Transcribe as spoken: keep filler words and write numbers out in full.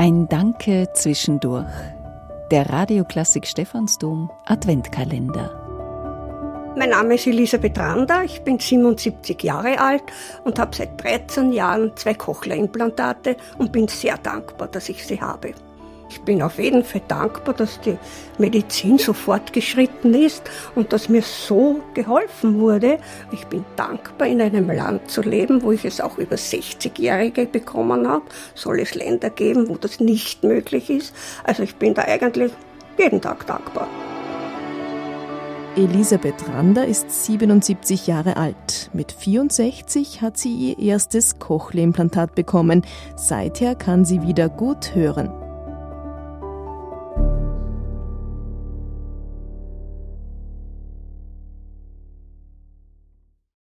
Ein Danke zwischendurch. Der Radioklassik Stephansdom Adventkalender. Mein Name ist Elisabeth Rander, ich bin siebenundsiebzig Jahre alt und habe seit dreizehn Jahren zwei Cochlea-Implantate und bin sehr dankbar, dass ich sie habe. Ich bin auf jeden Fall dankbar, dass die Medizin so fortgeschritten ist und dass mir so geholfen wurde. Ich bin dankbar, in einem Land zu leben, wo ich es auch über sechzigjährige bekommen habe. Soll es Länder geben, wo das nicht möglich ist? Also ich bin da eigentlich jeden Tag dankbar. Elisabeth Rander ist siebenundsiebzig Jahre alt. Mit vierundsechzig hat sie ihr erstes Cochlea-Implantat bekommen. Seither kann sie wieder gut hören.